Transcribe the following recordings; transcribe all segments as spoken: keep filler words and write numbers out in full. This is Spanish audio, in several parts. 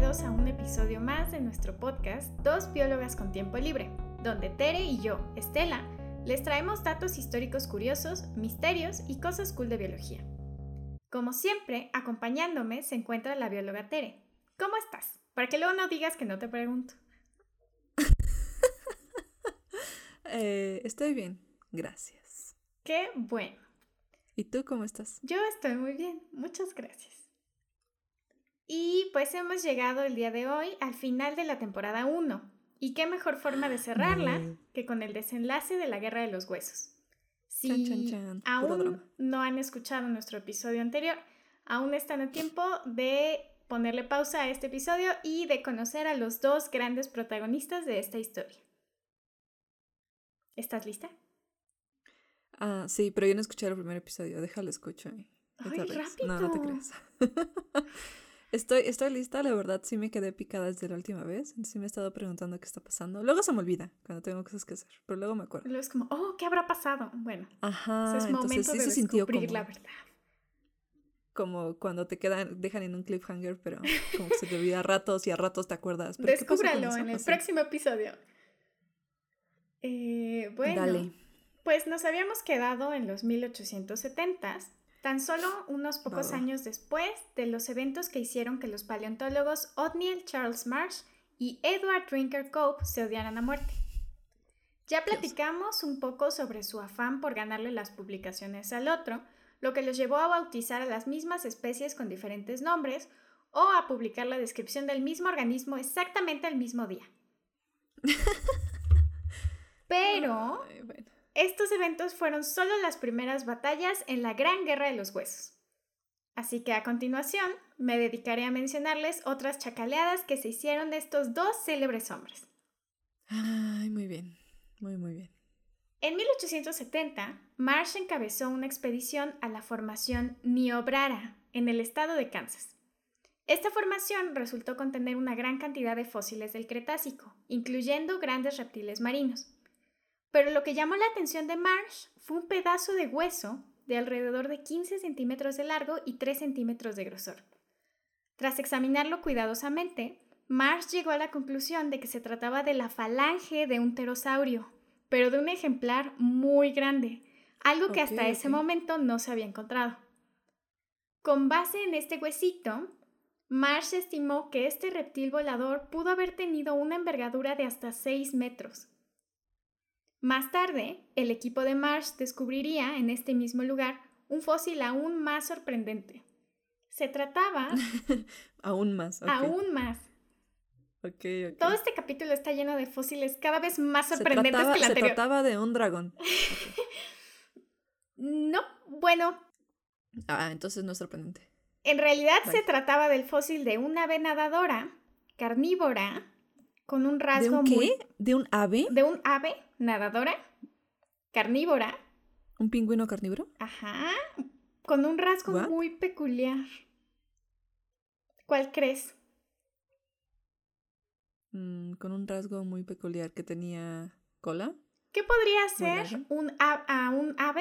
bienvenidos a un episodio más de nuestro podcast Dos Biólogas con Tiempo Libre, donde Tere y yo, Estela, les traemos datos históricos curiosos, misterios y cosas cool de biología. Como siempre, acompañándome se encuentra la bióloga Tere. ¿Cómo estás? Para que luego no digas que no te pregunto. eh, estoy bien, gracias. Qué bueno. ¿Y tú cómo estás? Yo estoy muy bien, muchas gracias. Y pues hemos llegado el día de hoy al final de la temporada uno. Y qué mejor forma de cerrarla Mm. que con el desenlace de la Guerra de los Huesos. Si Chan, chan, chan. Puro aún drama. no han escuchado nuestro episodio anterior, aún están a tiempo de ponerle pausa a este episodio y de conocer a los dos grandes protagonistas de esta historia. ¿Estás lista? Ah, sí, pero yo no escuché el primer episodio. Déjalo escucho. Y ¡Ay, te ríes. rápido! No, no te creas. Estoy, estoy lista, la verdad sí me quedé picada desde la última vez. Sí me he estado preguntando qué está pasando. Luego se me olvida cuando tengo cosas que hacer, pero luego me acuerdo. Luego es como, oh, ¿qué habrá pasado? Bueno, Ajá, es entonces momento sí de se sintió descubrir como, la verdad. como cuando te quedan, dejan en un cliffhanger, pero como que se te olvida a ratos y a ratos te acuerdas. ¿Pero qué pasó con Descúbralo eso? en el Así. próximo episodio. Eh, bueno, Dale. pues nos habíamos quedado en los mil ochocientos setentas, tan solo unos pocos Va, va. años después de los eventos que hicieron que los paleontólogos Othniel Charles Marsh y Edward Drinker Cope se odiaran a muerte. Ya platicamos un poco sobre su afán por ganarle las publicaciones al otro, lo que los llevó a bautizar a las mismas especies con diferentes nombres o a publicar la descripción del mismo organismo exactamente el mismo día. Pero Ay, bueno. estos eventos fueron solo las primeras batallas en la Gran Guerra de los Huesos. Así que a continuación me dedicaré a mencionarles otras chacaleadas que se hicieron de estos dos célebres hombres. Ay, muy bien. Muy, muy bien. En mil ochocientos setenta, Marsh encabezó una expedición a la formación Niobrara, en el estado de Kansas. Esta formación resultó contener una gran cantidad de fósiles del Cretácico, incluyendo grandes reptiles marinos. Pero lo que llamó la atención de Marsh fue un pedazo de hueso de alrededor de quince centímetros de largo y tres centímetros de grosor. Tras examinarlo cuidadosamente, Marsh llegó a la conclusión de que se trataba de la falange de un pterosaurio, pero de un ejemplar muy grande, algo que Ok, hasta ese ok. momento no se había encontrado. Con base en este huesito, Marsh estimó que este reptil volador pudo haber tenido una envergadura de hasta seis metros. Más tarde, el equipo de Marsh descubriría en este mismo lugar un fósil aún más sorprendente. Se trataba Aún más, ok. aún más. Ok, ok. Todo este capítulo está lleno de fósiles cada vez más Se sorprendentes trataba, que el se anterior. trataba de un dragón. Ok. No, bueno, Ah, entonces no es sorprendente. en realidad Vale. se trataba del fósil de una ave nadadora, carnívora, con un ¿De rasgo un qué? muy... ¿De un ave? De un ave nadadora, carnívora, ¿Un pingüino carnívoro? ajá, con un rasgo What? muy peculiar. ¿Cuál crees? Mm, con un rasgo muy peculiar que tenía cola. ¿Qué podría ser Volaje. un, a, a un ave?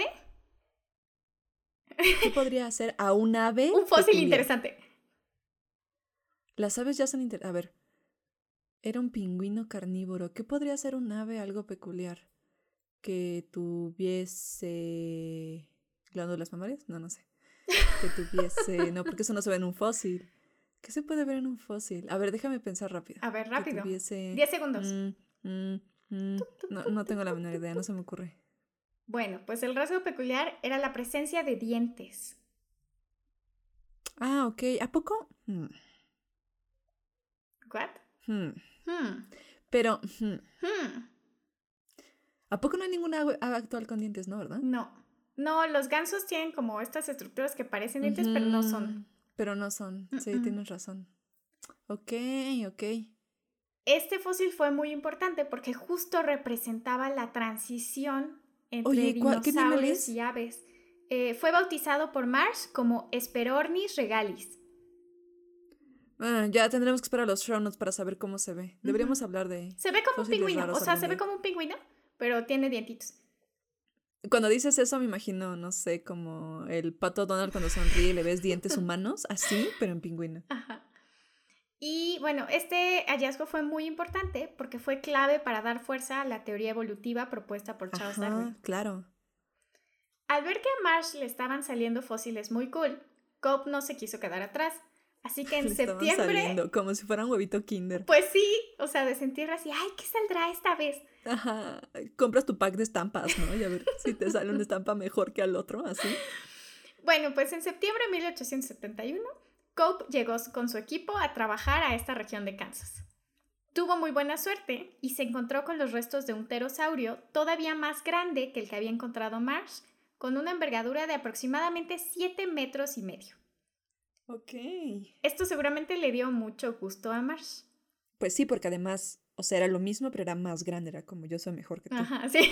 ¿Qué podría hacer a un ave? Un fósil peculiar? interesante. Las aves ya son inter... A ver. Era un pingüino carnívoro. ¿Qué podría ser un ave algo peculiar? Que tuviese glándulas mamarias, no, no sé. Que tuviese, no, porque eso no se ve en un fósil. ¿Qué se puede ver en un fósil? A ver, déjame pensar rápido. A ver, Que rápido. tuviese... diez segundos. Mm, mm, mm. No, no tengo la menor idea, no se me ocurre. Bueno, pues el rasgo peculiar era la presencia de dientes. Ah, ok. ¿A poco? Hmm, ¿What? hmm. Hmm. Pero, hmm, Hmm. ¿a poco no hay ninguna ave ave actual con dientes, no, verdad? No. No, los gansos tienen como estas estructuras que parecen dientes, pero no son. Ujú, pero no son. Sí, Mm-mm. tienes razón. Ok, ok. Este fósil fue muy importante porque justo representaba la transición entre Oye, ¿cuál- ¿qué animal dinosaurios es? y aves. Eh, fue bautizado por Marsh como Hesperornis regalis. Ah, ya tendremos que esperar a los show notes para saber cómo se ve. Deberíamos Ujú. hablar de Se ve como un fósiles pingüino, raros o sea, algún se ve día. como un pingüino, pero tiene dientitos. Cuando dices eso me imagino, no sé, como el pato Donald cuando sonríe y le ves dientes humanos, así, pero en pingüino. Ajá. Y bueno, este hallazgo fue muy importante porque fue clave para dar fuerza a la teoría evolutiva propuesta por Charles Ajá, Darwin. claro. Al ver que a Marsh le estaban saliendo fósiles muy cool, Cope no se quiso quedar atrás. Así que en Le estaban septiembre... saliendo como si fuera un huevito Kinder. Pues sí, o sea, desentierra así, ay, ¿qué saldrá esta vez? Ajá, compras tu pack de estampas, ¿no? Y a ver si te sale una estampa mejor que al otro, así. Bueno, pues en septiembre de mil ochocientos setenta y uno, Cope llegó con su equipo a trabajar a esta región de Kansas. Tuvo muy buena suerte y se encontró con los restos de un pterosaurio todavía más grande que el que había encontrado Marsh, con una envergadura de aproximadamente siete metros y medio. Ok. Esto seguramente le dio mucho gusto a Marsh. Pues sí, porque además, o sea, era lo mismo, pero era más grande, era como yo soy mejor que tú. Ajá, sí.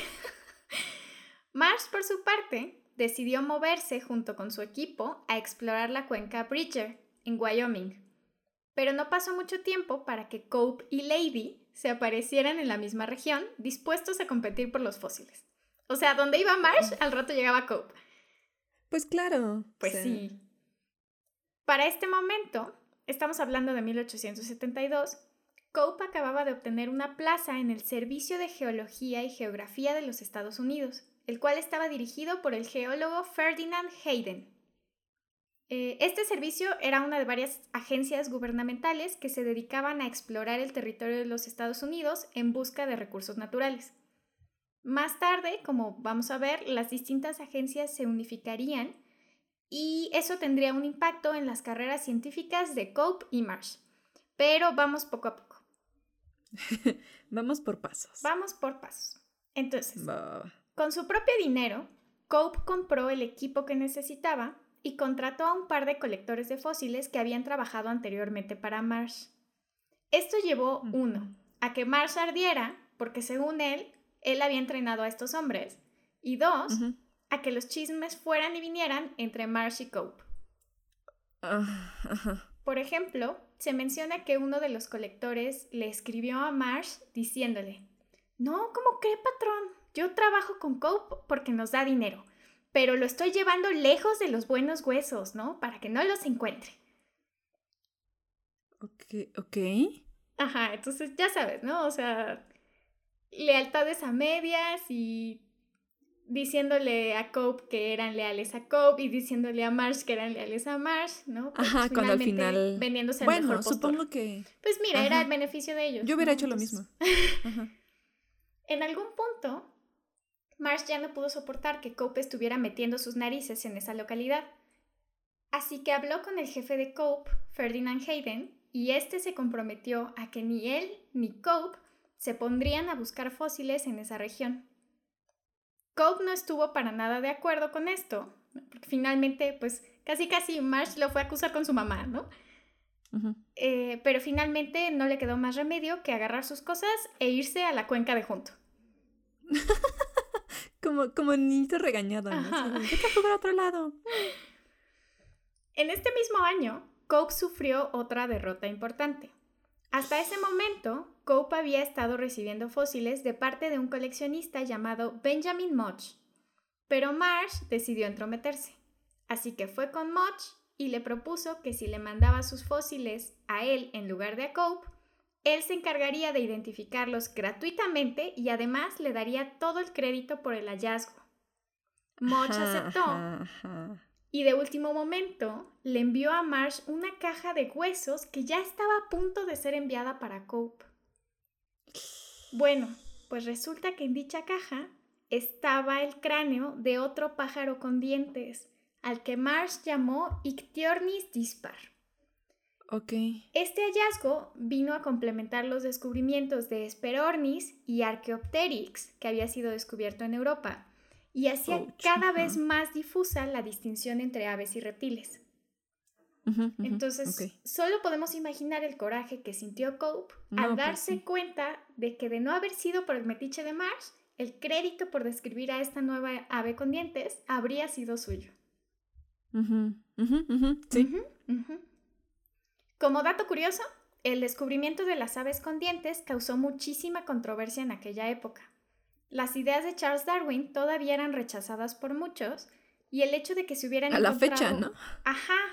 Marsh, por su parte, decidió moverse junto con su equipo a explorar la cuenca Bridger, en Wyoming. Pero no pasó mucho tiempo para que Cope y Lady se aparecieran en la misma región, dispuestos a competir por los fósiles. O sea, donde iba Marsh, al rato llegaba Cope. Pues claro. Pues o sea... sí. Para este momento, estamos hablando de mil ochocientos setenta y dos, Cope acababa de obtener una plaza en el Servicio de Geología y Geografía de los Estados Unidos, el cual estaba dirigido por el geólogo Ferdinand Hayden. Eh, este servicio era una de varias agencias gubernamentales que se dedicaban a explorar el territorio de los Estados Unidos en busca de recursos naturales. Más tarde, como vamos a ver, las distintas agencias se unificarían y eso tendría un impacto en las carreras científicas de Cope y Marsh. Pero vamos poco a poco. Vamos por pasos. Vamos por pasos. Entonces, Va. con su propio dinero, Cope compró el equipo que necesitaba y contrató a un par de colectores de fósiles que habían trabajado anteriormente para Marsh. Esto llevó, uno, a que Marsh ardiera, porque según él, él había entrenado a estos hombres, y dos, uh-huh. a que los chismes fueran y vinieran entre Marsh y Cope. Uh-huh. Por ejemplo, se menciona que uno de los colectores le escribió a Marsh diciéndole: no, ¿cómo cree, patrón? Yo trabajo con Cope porque nos da dinero, pero lo estoy llevando lejos de los buenos huesos, ¿no? Para que no los encuentre. Ok, ok. Ajá, entonces ya sabes, ¿no? O sea, lealtades a medias y diciéndole a Cope que eran leales a Cope y diciéndole a Marsh que eran leales a Marsh, ¿no? Pero ajá, cuando al final... vendiéndose el bueno, mejor postor. Supongo que... Pues mira, ajá. era el beneficio de ellos. Yo hubiera ¿no? hecho Entonces... lo mismo. Ajá. En algún punto, Marsh ya no pudo soportar que Cope estuviera metiendo sus narices en esa localidad. Así que habló con el jefe de Cope, Ferdinand Hayden, y este se comprometió a que ni él ni Cope se pondrían a buscar fósiles en esa región. Cope no estuvo para nada de acuerdo con esto, porque finalmente, pues, casi casi Marsh lo fue a acusar con su mamá, ¿no? Uh-huh. Eh, pero finalmente no le quedó más remedio que agarrar sus cosas e irse a la cuenca de junto. como, como niñito regañado, ¿no? Vete a jugar a otro lado. En este mismo año, Cope sufrió otra derrota importante. Hasta ese momento, Cope había estado recibiendo fósiles de parte de un coleccionista llamado Benjamin Mudge, pero Marsh decidió entrometerse. Así que fue con Mudge y le propuso que si le mandaba sus fósiles a él en lugar de a Cope, él se encargaría de identificarlos gratuitamente y además le daría todo el crédito por el hallazgo. Mudge aceptó ajá, ajá. y de último momento le envió a Marsh una caja de huesos que ya estaba a punto de ser enviada para Cope. Bueno, pues resulta que en dicha caja estaba el cráneo de otro pájaro con dientes, al que Marsh llamó Ichthyornis dispar. Ok. Este hallazgo vino a complementar los descubrimientos de Hesperornis y Archaeopteryx, que había sido descubierto en Europa, y hacía Ouch, cada uh-huh. vez más difusa la distinción entre aves y reptiles. Uh-huh, uh-huh. Entonces, okay. solo podemos imaginar el coraje que sintió Cope no, al darse pues sí. cuenta de que de no haber sido por el metiche de Marsh, el crédito por describir a esta nueva ave con dientes habría sido suyo. Uh-huh, uh-huh, uh-huh. Sí. Uh-huh, uh-huh. Como dato curioso, el descubrimiento de las aves con dientes causó muchísima controversia en aquella época. Las ideas de Charles Darwin todavía eran rechazadas por muchos y el hecho de que se hubieran a encontrado... la fecha, ¿no? Ajá,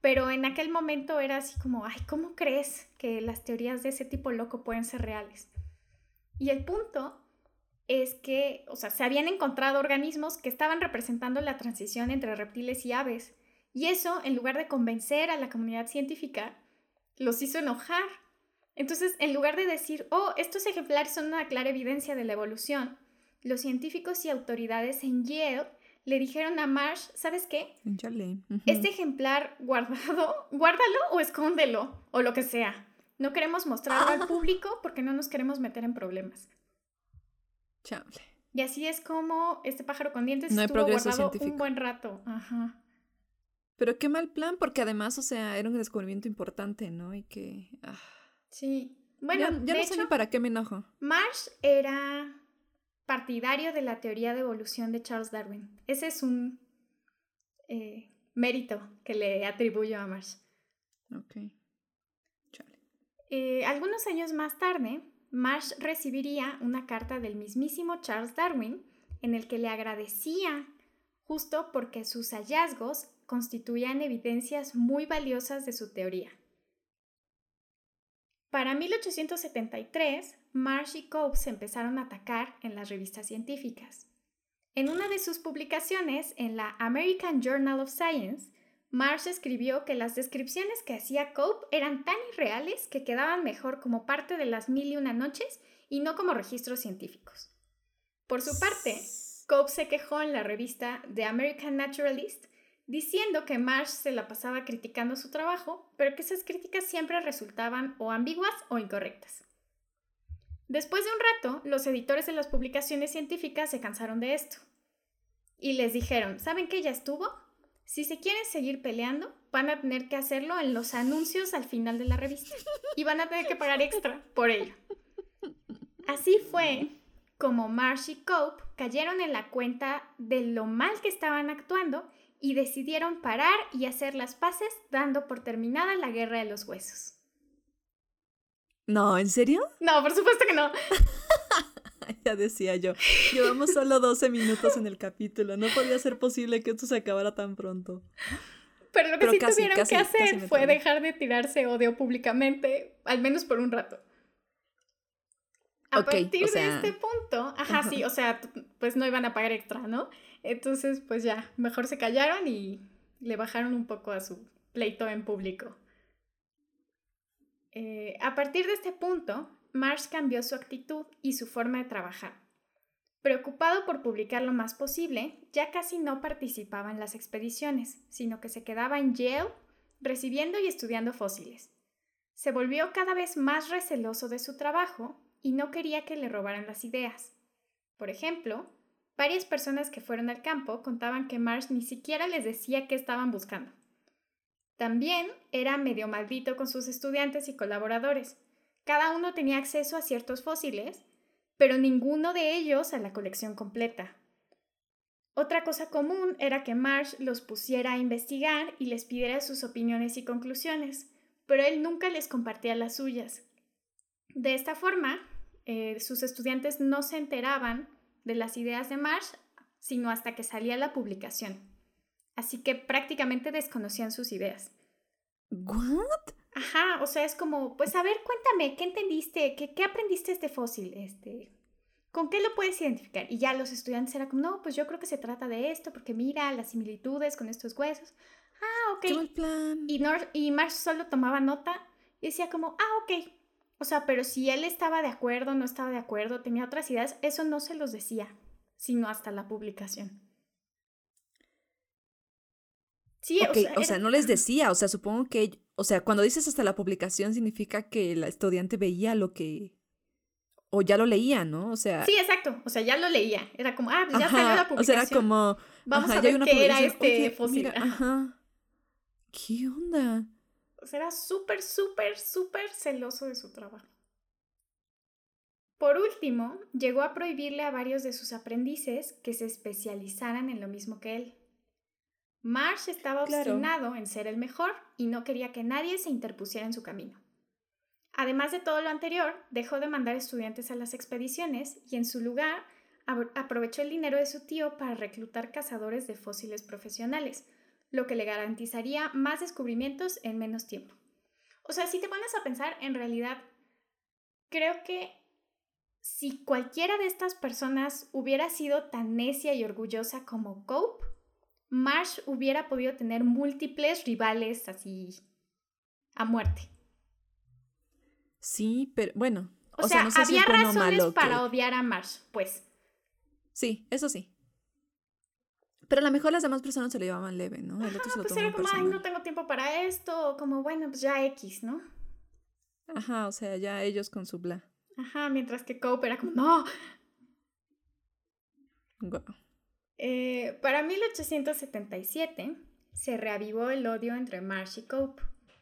pero en aquel momento era así como, ay, ¿cómo crees que las teorías de ese tipo loco pueden ser reales? Y el punto es que, o sea, se habían encontrado organismos que estaban representando la transición entre reptiles y aves, y eso, en lugar de convencer a la comunidad científica, los hizo enojar. Entonces, en lugar de decir, oh, estos ejemplares son una clara evidencia de la evolución, los científicos y autoridades en Yale le dijeron a Marsh, ¿sabes qué? Chale. Uh-huh. Este ejemplar guardado, guárdalo o escóndelo, o lo que sea. No queremos mostrarlo ah. al público porque no nos queremos meter en problemas. Chale. Y así es como este pájaro con dientes no estuvo guardado científico. un buen rato. Ajá. Pero qué mal plan, porque además, o sea, era un descubrimiento importante, ¿no? Y que... Ah. Sí. Bueno, ya, ya de no sé hecho, ni para qué me enojo. Marsh era partidario de la teoría de evolución de Charles Darwin. Ese es un eh, mérito que le atribuyo a Marsh. Ok. Chale. Eh, algunos años más tarde, Marsh recibiría una carta del mismísimo Charles Darwin en el que le agradecía justo porque sus hallazgos constituían evidencias muy valiosas de su teoría. Para mil ochocientos setenta y tres, Marsh y Cope se empezaron a atacar en las revistas científicas. En una de sus publicaciones, en la American Journal of Science, Marsh escribió que las descripciones que hacía Cope eran tan irreales que quedaban mejor como parte de las mil y una noches y no como registros científicos. Por su parte, Cope se quejó en la revista The American Naturalist diciendo que Marsh se la pasaba criticando su trabajo, pero que esas críticas siempre resultaban o ambiguas o incorrectas. Después de un rato, los editores de las publicaciones científicas se cansaron de esto y les dijeron, ¿saben qué ya estuvo? Si se quieren seguir peleando, van a tener que hacerlo en los anuncios al final de la revista y van a tener que pagar extra por ello. Así fue como Marsh y Cope cayeron en la cuenta de lo mal que estaban actuando y decidieron parar y hacer las paces dando por terminada la guerra de los huesos. No, ¿en serio? No, por supuesto que no. Ya decía yo, llevamos solo doce minutos en el capítulo, no podía ser posible que esto se acabara tan pronto. Pero lo que Pero sí casi, tuvieron casi, que hacer fue traigo. dejar de tirarse odio públicamente, al menos por un rato. A okay, partir o sea... de este punto, ajá, uh-huh. sí, o sea, pues no iban a pagar extra, ¿no? Entonces, pues ya, mejor se callaron y le bajaron un poco a su pleito en público. Eh, a partir de este punto, Marsh cambió su actitud y su forma de trabajar. Preocupado por publicar lo más posible, ya casi no participaba en las expediciones, sino que se quedaba en Yale recibiendo y estudiando fósiles. Se volvió cada vez más receloso de su trabajo y no quería que le robaran las ideas. Por ejemplo, varias personas que fueron al campo contaban que Marsh ni siquiera les decía qué estaban buscando. También era medio maldito con sus estudiantes y colaboradores. Cada uno tenía acceso a ciertos fósiles, pero ninguno de ellos a la colección completa. Otra cosa común era que Marsh los pusiera a investigar y les pidiera sus opiniones y conclusiones, pero él nunca les compartía las suyas. De esta forma, eh, sus estudiantes no se enteraban de las ideas de Marsh, sino hasta que salía la publicación. Así que prácticamente desconocían sus ideas. ¿What? Ajá, o sea, es como, pues a ver, cuéntame, ¿qué entendiste? ¿Qué, qué aprendiste de este fósil? Este, ¿con qué lo puedes identificar? Y ya los estudiantes eran como, no, pues yo creo que se trata de esto, porque mira las similitudes con estos huesos. Ah, ok. ¡Qué mal plan! Y, Nor- y Marsh solo tomaba nota y decía como, ah, ok. O sea, pero si él estaba de acuerdo, no estaba de acuerdo, tenía otras ideas, eso no se los decía, sino hasta la publicación. Sí, okay, o sea, o sea era... no les decía, o sea, supongo que, o sea, cuando dices hasta la publicación significa que el estudiante veía lo que, o ya lo leía, ¿no? O sea... Sí, exacto, o sea, ya lo leía, era como, ah, pues ya ajá, salió la publicación. O sea, era como, vamos ajá, a ver qué era este oye, fósil. Mira, ajá. ajá, ¿qué onda? O sea, era súper, súper, súper celoso de su trabajo. Por último, llegó a prohibirle a varios de sus aprendices que se especializaran en lo mismo que él. Marsh estaba obstinado claro. en ser el mejor y no quería que nadie se interpusiera en su camino. Además de todo lo anterior, dejó de mandar estudiantes a las expediciones y en su lugar aprovechó el dinero de su tío para reclutar cazadores de fósiles profesionales, lo que le garantizaría más descubrimientos en menos tiempo. O sea, si te pones a pensar, en realidad, creo que si cualquiera de estas personas hubiera sido tan necia y orgullosa como Cope, Marsh hubiera podido tener múltiples rivales así a muerte. Sí, pero bueno. O, o sea, sea no sé había si es bueno razones o malo para que... odiar a Marsh, pues. Sí, eso sí. Pero a lo mejor las demás personas se lo llevaban leve, ¿no? El otro Ajá, se lo pues era como, personal. Ay, no tengo tiempo para esto, o como, bueno, pues ya X, ¿no? Ajá, o sea, ya ellos con su bla. Ajá, mientras que Cope era como, no. Wow. Eh, para mil ochocientos setenta y siete se reavivó el odio entre Marsh y Cope.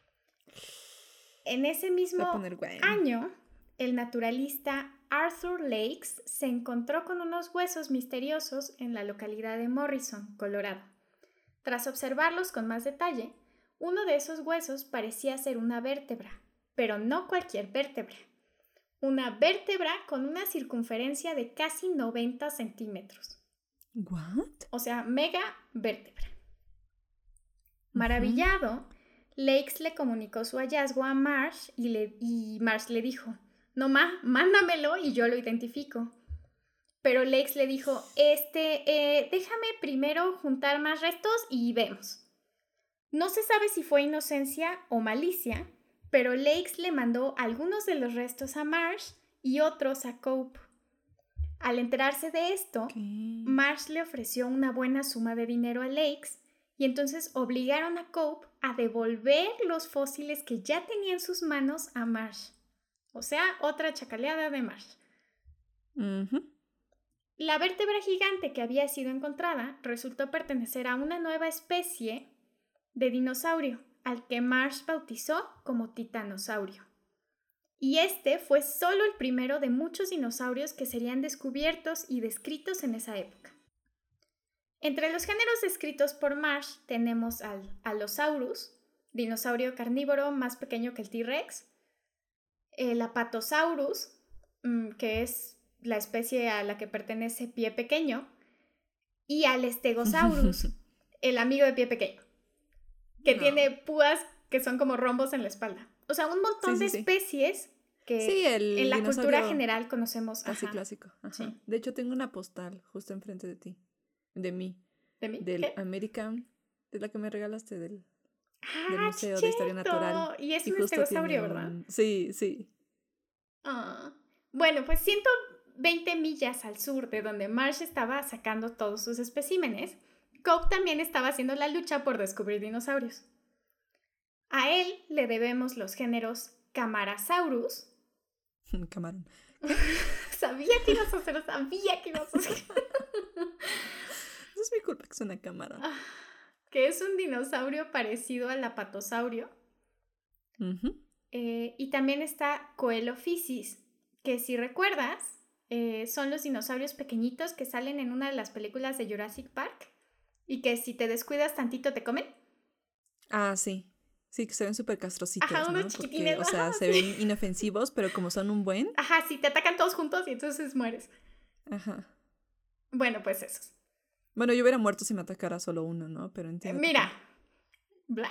En ese mismo año, el naturalista Arthur Lakes se encontró con unos huesos misteriosos en la localidad de Morrison, Colorado. Tras observarlos con más detalle, uno de esos huesos parecía ser una vértebra, pero no cualquier vértebra. Una vértebra con una circunferencia de casi noventa centímetros. ¿What? O sea, mega vértebra. Maravillado, uh-huh. Lakes le comunicó su hallazgo a Marsh y, le, y Marsh le dijo, no ma, mándamelo y yo lo identifico. Pero Lakes le dijo, este, eh, déjame primero juntar más restos y vemos. No se sabe si fue inocencia o malicia, pero Lakes le mandó algunos de los restos a Marsh y otros a Cope. Al enterarse de esto, ¿Qué? Marsh le ofreció una buena suma de dinero a Lakes y entonces obligaron a Cope a devolver los fósiles que ya tenía en sus manos a Marsh. O sea, otra chacaleada de Marsh. Uh-huh. La vértebra gigante que había sido encontrada resultó pertenecer a una nueva especie de dinosaurio, al que Marsh bautizó como titanosaurio. Y este fue solo el primero de muchos dinosaurios que serían descubiertos y descritos en esa época. Entre los géneros descritos por Marsh tenemos al Allosaurus, dinosaurio carnívoro más pequeño que el T-Rex, el Apatosaurus, que es la especie a la que pertenece Pie Pequeño, y al Stegosaurus, el amigo de Pie Pequeño, que no. tiene púas que son como rombos en la espalda. O sea, un montón sí, sí, de especies sí. que sí, el en la cultura general conocemos. Así clásico. Ajá. Sí. De hecho, tengo una postal justo enfrente de ti. De mí. ¿De mí? Del ¿Qué? American. Es la que me regalaste del, ah, del Museo chicheto. de Historia Natural. Y es y un estegosaurio, un... ¿verdad? Sí, sí. Ah. Bueno, pues ciento veinte millas al sur de donde Marsh estaba sacando todos sus especímenes, Cope también estaba haciendo la lucha por descubrir dinosaurios. A él le debemos los géneros Camarasaurus. Camarón. Sabía que ibas a hacer, sabía que ibas a hacer. No es mi culpa que suena camarón. Que es un dinosaurio parecido al apatosaurio. Uh-huh. Eh, y también está Coelophysis, que si recuerdas, eh, son los dinosaurios pequeñitos que salen en una de las películas de Jurassic Park y que si te descuidas tantito te comen. Ah, sí. Sí, que se ven súper castrocitos, Ajá, unos ¿no? chiquitines. Porque, o sea, ajá, se sí. ven inofensivos, pero como son un buen... Ajá, sí, te atacan todos juntos y entonces mueres. Ajá. Bueno, pues esos. Bueno, yo hubiera muerto si me atacara solo uno, ¿no? Pero entiendo. Mira. Bla.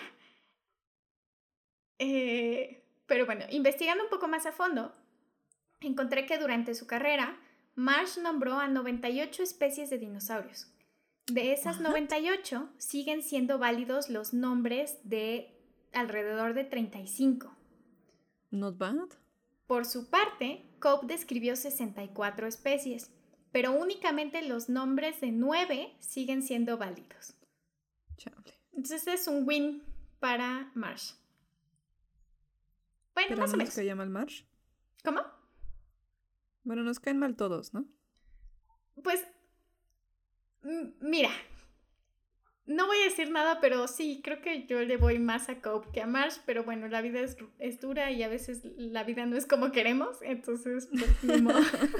Eh, pero bueno, investigando un poco más a fondo, encontré que durante su carrera, Marsh nombró a noventa y ocho especies de dinosaurios. De esas What? noventa y ocho, siguen siendo válidos los nombres de alrededor de treinta y cinco. Not bad. Por su parte, Cope describió sesenta y cuatro especies, pero únicamente los nombres de nueve siguen siendo válidos. Chable. Entonces es un win para Marsh. Bueno, ¿Pero más no o menos. nos caía mal Marsh? ¿Cómo? Bueno, nos caen mal todos, ¿no? Pues, m- mira, no voy a decir nada, pero sí, creo que yo le voy más a Cope que a Marsh, pero bueno, la vida es, es dura y a veces la vida no es como queremos, entonces, pues, ni modo.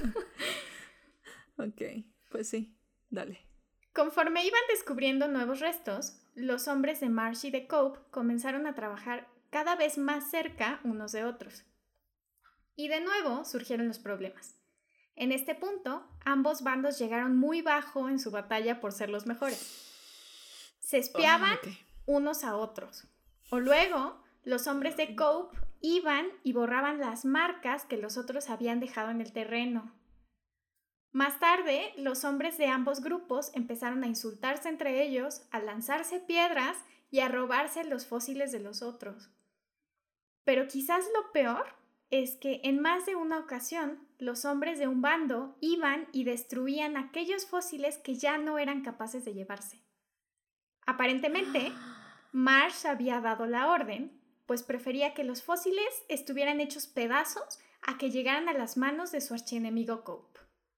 Ok, pues sí, dale. Conforme iban descubriendo nuevos restos, los hombres de Marsh y de Cope comenzaron a trabajar cada vez más cerca unos de otros. Y de nuevo surgieron los problemas. En este punto, ambos bandos llegaron muy bajo en su batalla por ser los mejores. Se espiaban Oh, okay. unos a otros. O luego, los hombres de Cope iban y borraban las marcas que los otros habían dejado en el terreno. Más tarde, los hombres de ambos grupos empezaron a insultarse entre ellos, a lanzarse piedras y a robarse los fósiles de los otros. Pero quizás lo peor es que en más de una ocasión, los hombres de un bando iban y destruían aquellos fósiles que ya no eran capaces de llevarse. Aparentemente, Marsh había dado la orden, pues prefería que los fósiles estuvieran hechos pedazos a que llegaran a las manos de su archienemigo Cope.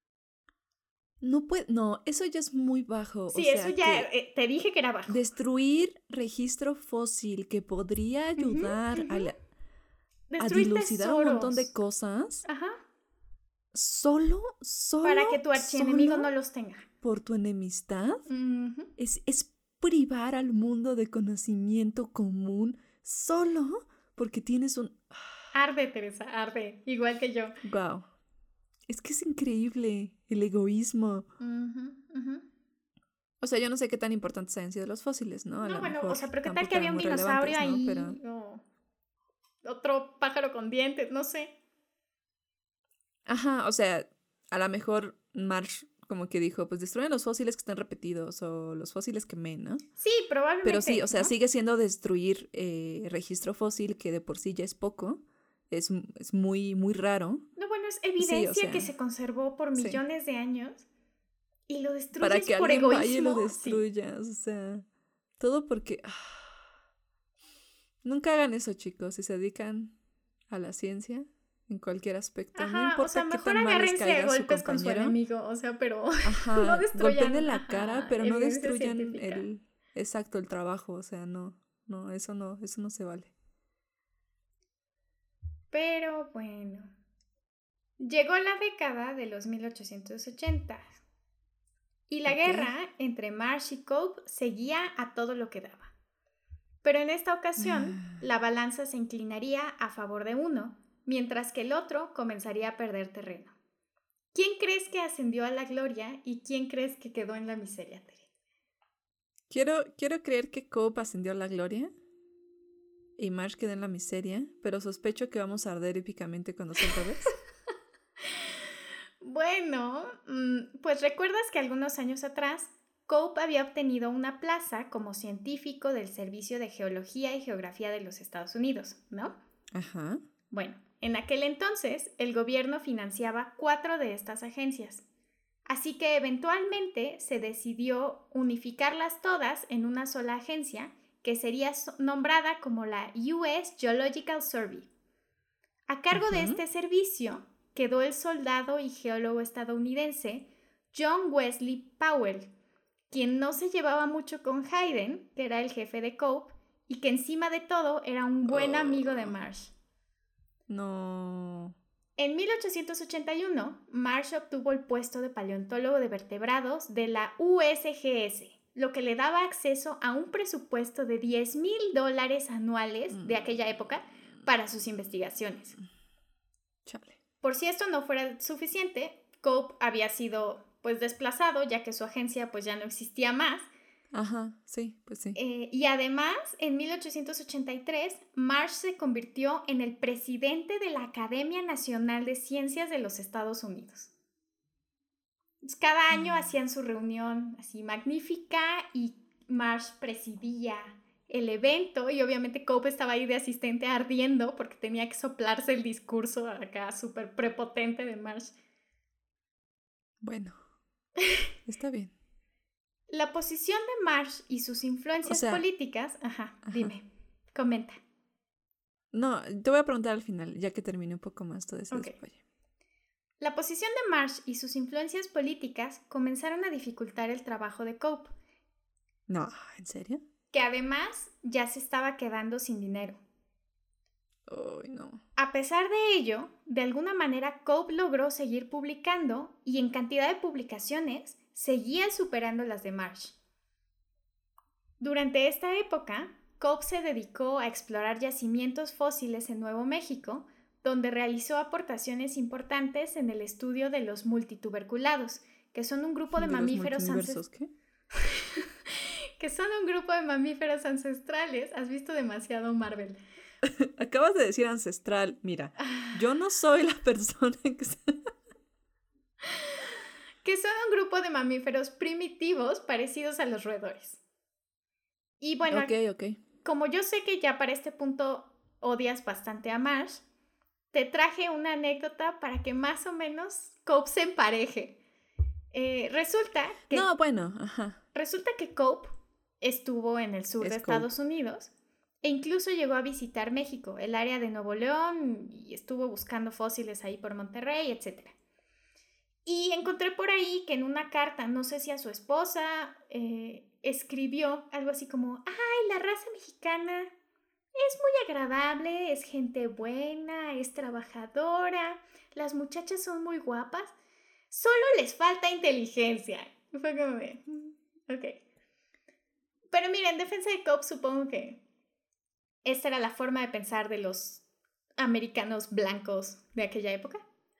No puede, no, eso ya es muy bajo. Sí, o sea, eso ya eh, te dije que era bajo. Destruir registro fósil que podría ayudar uh-huh, uh-huh. a, la, a dilucidar tesoros. un montón de cosas. Ajá. Solo, solo. Para que tu archienemigo no los tenga. Por tu enemistad. Uh-huh. Es, es privar al mundo de conocimiento común solo porque tienes un... Arde, Teresa, arde. Igual que yo. Wow. Es que es increíble el egoísmo. Uh-huh, uh-huh. O sea, yo no sé qué tan importantes hayan sido los fósiles, ¿no? A no, lo bueno, mejor o sea, pero qué tal que había un dinosaurio ahí, ¿no? Pero... o otro pájaro con dientes, no sé. Ajá, o sea, a lo mejor Marsh como que dijo, pues destruyen los fósiles que están repetidos o los fósiles quemé, ¿no? Sí, probablemente. Pero sí, o sea, ¿no? sigue siendo destruir eh, registro fósil, que de por sí ya es poco. Es, es muy, muy raro. No, bueno, es evidencia sí, o sea, que se conservó por millones sí. de años y lo destruyes Para que por alguien egoísmo. vaya y lo destruya, sí. O sea, todo porque... Ah, nunca hagan eso, chicos, si se dedican a la ciencia, en cualquier aspecto. Ajá, no importa o sea, qué mejor tan mal les caiga a golpes su con su enemigo, o sea, pero ajá, no destruyan. Golpeen en la ajá, cara, pero no destruyan científica. el... Exacto, el trabajo, o sea, no, no, eso no, eso no se vale. Pero bueno, llegó la década de los mil ochocientos ochenta y la okay. guerra entre Marsh y Cope seguía a todo lo que daba. Pero en esta ocasión, la balanza se inclinaría a favor de uno, mientras que el otro comenzaría a perder terreno. ¿Quién crees que ascendió a la gloria y quién crees que quedó en la miseria, Tere? Quiero, quiero creer que Cope ascendió a la gloria y Marsh quedó en la miseria, pero sospecho que vamos a arder épicamente cuando sea otra vez. Bueno, pues recuerdas que algunos años atrás Cope había obtenido una plaza como científico del Servicio de Geología y Geografía de los Estados Unidos, ¿no? Ajá. Bueno, en aquel entonces el gobierno financiaba cuatro de estas agencias. Así que eventualmente se decidió unificarlas todas en una sola agencia que sería nombrada como la U S Geological Survey. A cargo uh-huh. de este servicio quedó el soldado y geólogo estadounidense John Wesley Powell, quien no se llevaba mucho con Hayden, que era el jefe de Cope, y que encima de todo era un buen oh. amigo de Marsh. No... En mil ochocientos ochenta y uno, Marsh obtuvo el puesto de paleontólogo de vertebrados de la U S G S, lo que le daba acceso a un presupuesto de diez mil dólares anuales mm. de aquella época para sus investigaciones. Chale. Por si esto no fuera suficiente, Cope había sido pues desplazado, ya que su agencia pues ya no existía más. Ajá, sí, pues sí. Eh, y además, en mil ochocientos ochenta y tres, Marsh se convirtió en el presidente de la Academia Nacional de Ciencias de los Estados Unidos. Cada año mm. hacían su reunión así magnífica y Marsh presidía el evento y obviamente Cope estaba ahí de asistente ardiendo porque tenía que soplarse el discurso acá súper prepotente de Marsh. Bueno, está bien. La posición de Marsh y sus influencias o sea, políticas... Ajá, ajá, dime, comenta. No, te voy a preguntar al final, ya que termine un poco más todo ese okay. despacho. La posición de Marsh y sus influencias políticas comenzaron a dificultar el trabajo de Cope. No, ¿en serio? Que además ya se estaba quedando sin dinero. Oh, no. A pesar de ello, de alguna manera Cope logró seguir publicando y en cantidad de publicaciones seguía superando las de Marsh. Durante esta época, Cope se dedicó a explorar yacimientos fósiles en Nuevo México, donde realizó aportaciones importantes en el estudio de los multituberculados, que son un grupo de, ¿De mamíferos ancestrales. ¿Qué? que son un grupo de mamíferos ancestrales. Has visto demasiado Marvel. Acabas de decir ancestral. Mira, yo no soy la persona que... que son un grupo de mamíferos primitivos parecidos a los roedores. Y bueno, Ok, ok. como yo sé que ya para este punto odias bastante a Marsh, te traje una anécdota para que más o menos Cope se empareje. Eh, resulta que... No, bueno, ajá. Resulta que Cope estuvo en el sur Es de Cope. Estados Unidos e incluso llegó a visitar México, el área de Nuevo León, y estuvo buscando fósiles ahí por Monterrey, etcétera. Y encontré por ahí que en una carta, no sé si a su esposa, eh, escribió algo así como, ay, la raza mexicana es muy agradable, es gente buena, es trabajadora, las muchachas son muy guapas, solo les falta inteligencia. Y fue como de, ok. Pero mira, en defensa de Cope supongo que esta era la forma de pensar de los americanos blancos de aquella época.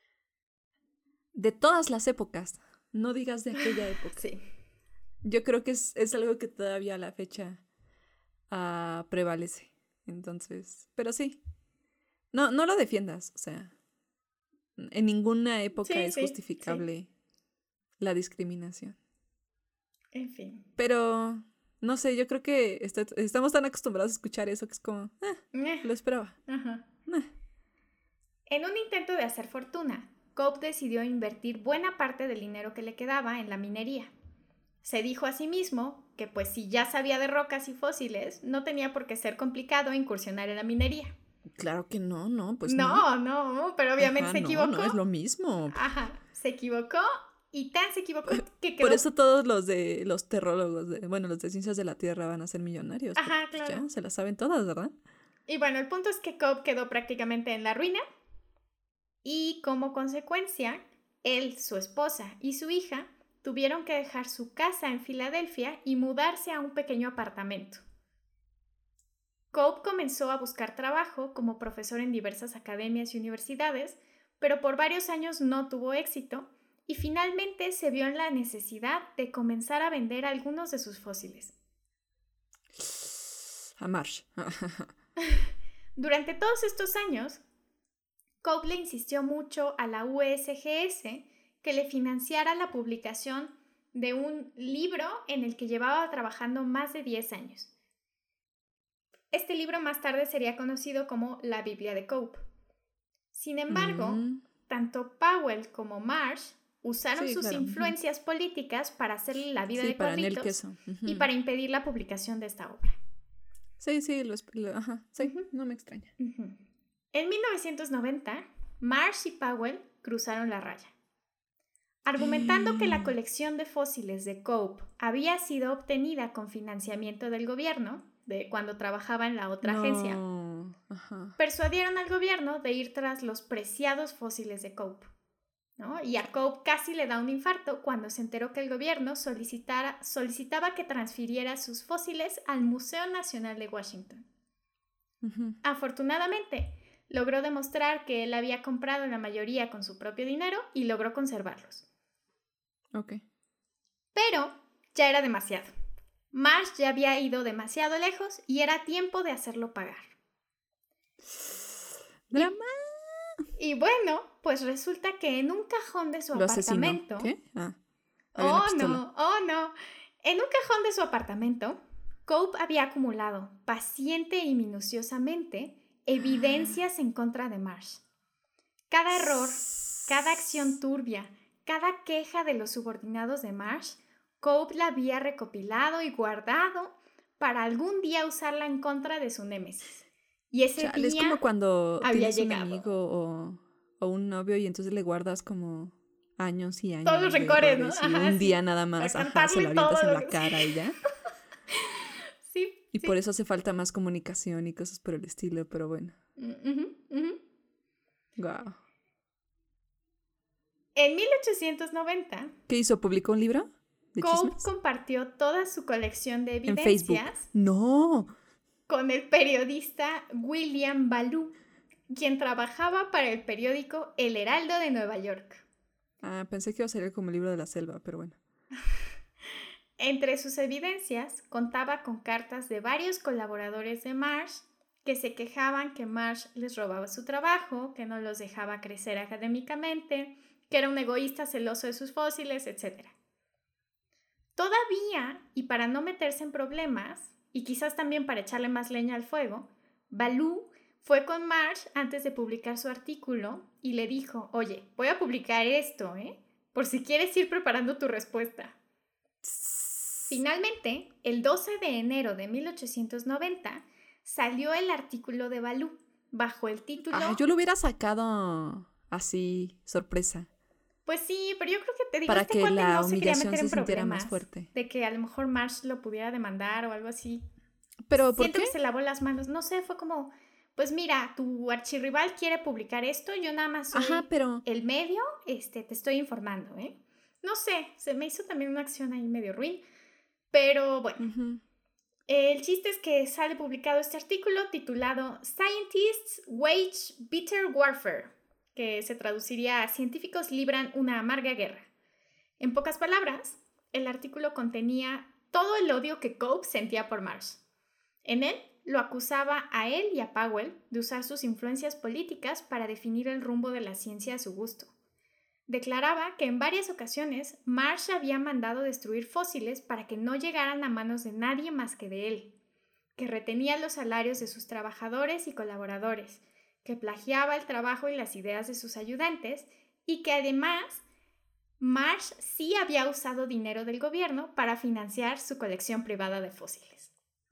De todas las épocas, no digas de aquella época. Sí. Yo creo que es, es algo que todavía a la fecha uh, prevalece. Entonces, pero sí. No, no lo defiendas, o sea. En ninguna época sí, es sí, justificable sí. la discriminación. En fin. Pero, no sé, yo creo que está, estamos tan acostumbrados a escuchar eso que es como, eh, eh. lo esperaba. Ajá. Eh. En un intento de hacer fortuna, Cope decidió invertir buena parte del dinero que le quedaba en la minería. Se dijo a sí mismo que pues si ya sabía de rocas y fósiles, no tenía por qué ser complicado incursionar en la minería. Claro que no, no, pues no. no. No, pero obviamente Ajá, se equivocó. No, no es lo mismo. Ajá, se equivocó y tan se equivocó que quedó... Por eso todos los de los terrólogos, de, bueno, los de ciencias de la Tierra van a ser millonarios. Ajá, porque, pues, claro. ya se las saben todas, ¿verdad? Y bueno, el punto es que Cope quedó prácticamente en la ruina y como consecuencia, él, su esposa y su hija tuvieron que dejar su casa en Filadelfia y mudarse a un pequeño apartamento. Cope comenzó a buscar trabajo como profesor en diversas academias y universidades, pero por varios años no tuvo éxito y finalmente se vio en la necesidad de comenzar a vender algunos de sus fósiles. A Marsh. Durante todos estos años, Cope le insistió mucho a la U S G S que le financiara la publicación de un libro en el que llevaba trabajando más de diez años. Este libro más tarde sería conocido como la Biblia de Cope. Sin embargo, mm. tanto Powell como Marsh usaron sí, sus claro. influencias uh-huh. políticas para hacerle la vida sí, de cuadritos uh-huh. y para impedir la publicación de esta obra. Sí, sí, lo, lo, ajá, sí uh-huh. no me extraña. Uh-huh. En mil novecientos noventa, Marsh y Powell cruzaron la raya. Argumentando que la colección de fósiles de Cope había sido obtenida con financiamiento del gobierno, de cuando trabajaba en la otra no. agencia, Ajá. persuadieron al gobierno de ir tras los preciados fósiles de Cope, ¿no? Y a Cope casi le da un infarto cuando se enteró que el gobierno solicitara, solicitaba que transfiriera sus fósiles al Museo Nacional de Washington. Uh-huh. Afortunadamente, logró demostrar que él había comprado la mayoría con su propio dinero y logró conservarlos. Ok. Pero ya era demasiado. Marsh ya había ido demasiado lejos y era tiempo de hacerlo pagar. ¡Drama! Y, y bueno, pues resulta que en un cajón de su ¿Lo apartamento... asesinó? ¿Qué? Ah, oh, no, oh, no. En un cajón de su apartamento, Cope había acumulado, paciente y minuciosamente, evidencias en contra de Marsh. Cada error, cada acción turbia, cada queja de los subordinados de Marsh, Cope la había recopilado y guardado para algún día usarla en contra de su némesis. Y ese Chale, día es como cuando había tienes llegado. un amigo o, o un novio y entonces le guardas como años y años. Todos los rencores, ¿no? Ajá, y un sí. día nada más, ajá, se lo avientas en la que... cara y ya. Sí. Y sí. por eso hace falta más comunicación y cosas por el estilo, pero bueno. Uh-huh, uh-huh. Wow. En mil ochocientos noventa... ¿Qué hizo? ¿Publicó un libro? Cope compartió toda su colección de evidencias en Facebook. ¡No! Con el periodista William Ballou, quien trabajaba para el periódico El Heraldo de Nueva York. Ah, pensé que iba a salir como el libro de la selva, pero bueno. Entre sus evidencias contaba con cartas de varios colaboradores de Marsh que se quejaban que Marsh les robaba su trabajo, que no los dejaba crecer académicamente, que era un egoísta celoso de sus fósiles, etcétera. Todavía, y para no meterse en problemas, y quizás también para echarle más leña al fuego, Ballou fue con Marsh antes de publicar su artículo y le dijo, oye, voy a publicar esto, ¿eh? Por si quieres ir preparando tu respuesta. Finalmente, el doce de enero de mil ochocientos noventa, salió el artículo de Ballou bajo el título... Ah, yo lo hubiera sacado así, sorpresa. Pues sí, pero yo creo que te digo, para este que cuate la no se quería humillación meter se en sintiera problemas, más fuerte. de que a lo mejor Marsh lo pudiera demandar o algo así. ¿Pero por Siento qué? que se lavó las manos, no sé, fue como, pues mira, tu archirrival quiere publicar esto, yo nada más soy Ajá, pero... el medio, este, te estoy informando, ¿eh? No sé, se me hizo también una acción ahí medio ruin, pero bueno. Uh-huh. El chiste es que sale publicado este artículo titulado Scientists Wage Bitter Warfare, que se traduciría a Científicos libran una amarga guerra. En pocas palabras, el artículo contenía todo el odio que Cope sentía por Marsh. En él lo acusaba a él y a Powell de usar sus influencias políticas para definir el rumbo de la ciencia a su gusto. Declaraba que en varias ocasiones Marsh había mandado destruir fósiles para que no llegaran a manos de nadie más que de él, que retenía los salarios de sus trabajadores y colaboradores, que plagiaba el trabajo y las ideas de sus ayudantes y que además Marsh sí había usado dinero del gobierno para financiar su colección privada de fósiles.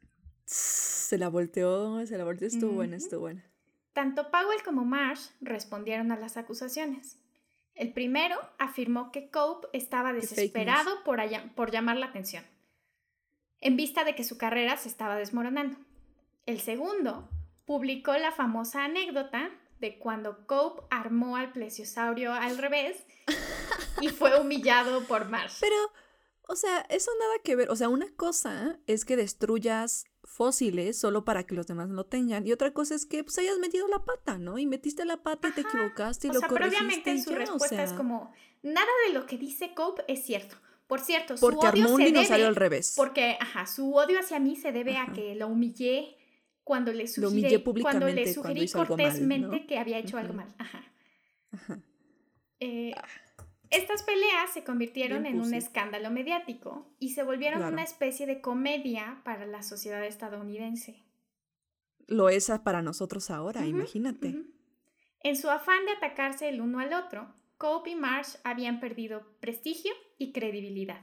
Se la volteó, se la volteó, estuvo Uh-huh. buena, estuvo buena. Tanto Powell como Marsh respondieron a las acusaciones. El primero afirmó que Cope estaba desesperado por, allá, por llamar la atención, en vista de que su carrera se estaba desmoronando. El segundo publicó la famosa anécdota de cuando Cope armó al plesiosaurio al revés y fue humillado por Marsh. Pero, o sea, eso nada que ver. O sea, una cosa es que destruyas fósiles solo para que los demás lo tengan, y otra cosa es que pues hayas metido la pata, ¿no? Y metiste la pata. Ajá. Y te equivocaste y o lo sea, corregiste. Pero obviamente en su ya, respuesta o sea... es como, nada de lo que dice Cope es cierto. Por cierto, su porque odio armó un se dinosaurio debe, al revés. Porque, ajá, su odio hacia mí se debe ajá. a que lo humillé cuando le sugerí, lo humillé públicamente cuando le sugerí cuando cortésmente mal, ¿no? que había hecho uh-huh. algo mal. Ajá. Ajá. Eh, estas peleas se convirtieron Bien en puse. un escándalo mediático y se volvieron claro. una especie de comedia para la sociedad estadounidense. Lo es para nosotros ahora, uh-huh, imagínate. Uh-huh. En su afán de atacarse el uno al otro, Cope y Marsh habían perdido prestigio y credibilidad.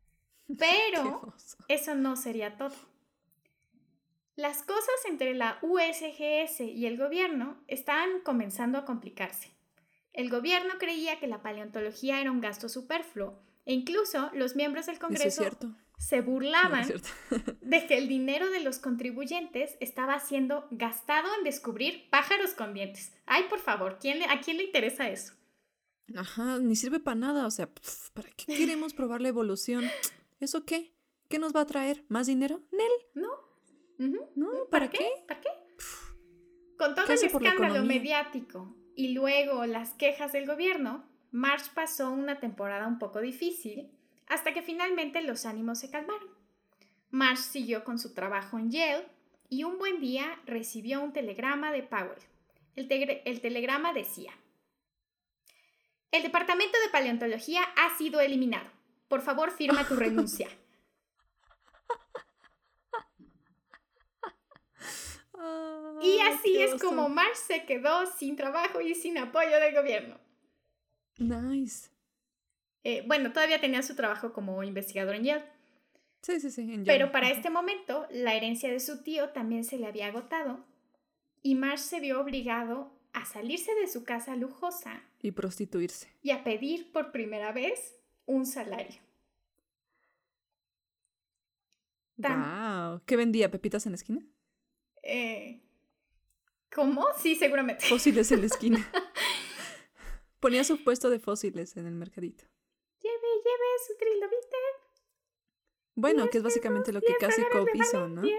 Pero eso no sería todo. Las cosas entre la U S G S y el gobierno estaban comenzando a complicarse. El gobierno creía que la paleontología era un gasto superfluo e incluso los miembros del Congreso se burlaban no, de que el dinero de los contribuyentes estaba siendo gastado en descubrir pájaros con dientes. Ay, por favor, ¿quién le, ¿a quién le interesa eso? Ajá, ni sirve para nada, o sea, pff, ¿para qué queremos probar la evolución? ¿Eso qué? ¿Qué nos va a traer? ¿Más dinero? ¿Nel? No. Uh-huh. No, ¿para, ¿para qué? qué? ¿Para qué? Con todo el escándalo mediático y luego las quejas del gobierno, Marsh pasó una temporada un poco difícil hasta que finalmente los ánimos se calmaron. Marsh siguió con su trabajo en Yale y un buen día recibió un telegrama de Powell. El, te- el telegrama decía: el departamento de paleontología ha sido eliminado. Por favor, firma tu renuncia. Oh, y así es como Marsh se quedó sin trabajo y sin apoyo del gobierno. Nice. Eh, bueno, todavía tenía su trabajo como investigador en Yale. Sí, sí, sí. En Yale. Pero para este momento, la herencia de su tío también se le había agotado y Marsh se vio obligado a salirse de su casa lujosa y prostituirse. Y a pedir por primera vez un salario. Tan... Wow. ¿Qué vendía? ¿Pepitas en la esquina? Eh, ¿Cómo? Sí, seguramente. Fósiles en la esquina. Ponía su puesto de fósiles en el mercadito. Lleve, lleve su trilobite. Bueno, que es básicamente lo que casi Cope hizo, ¿no?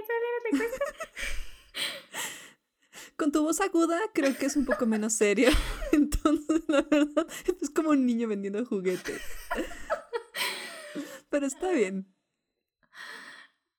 Con tu voz aguda creo que es un poco menos serio. Entonces, la verdad, es como un niño vendiendo juguetes. Pero está bien.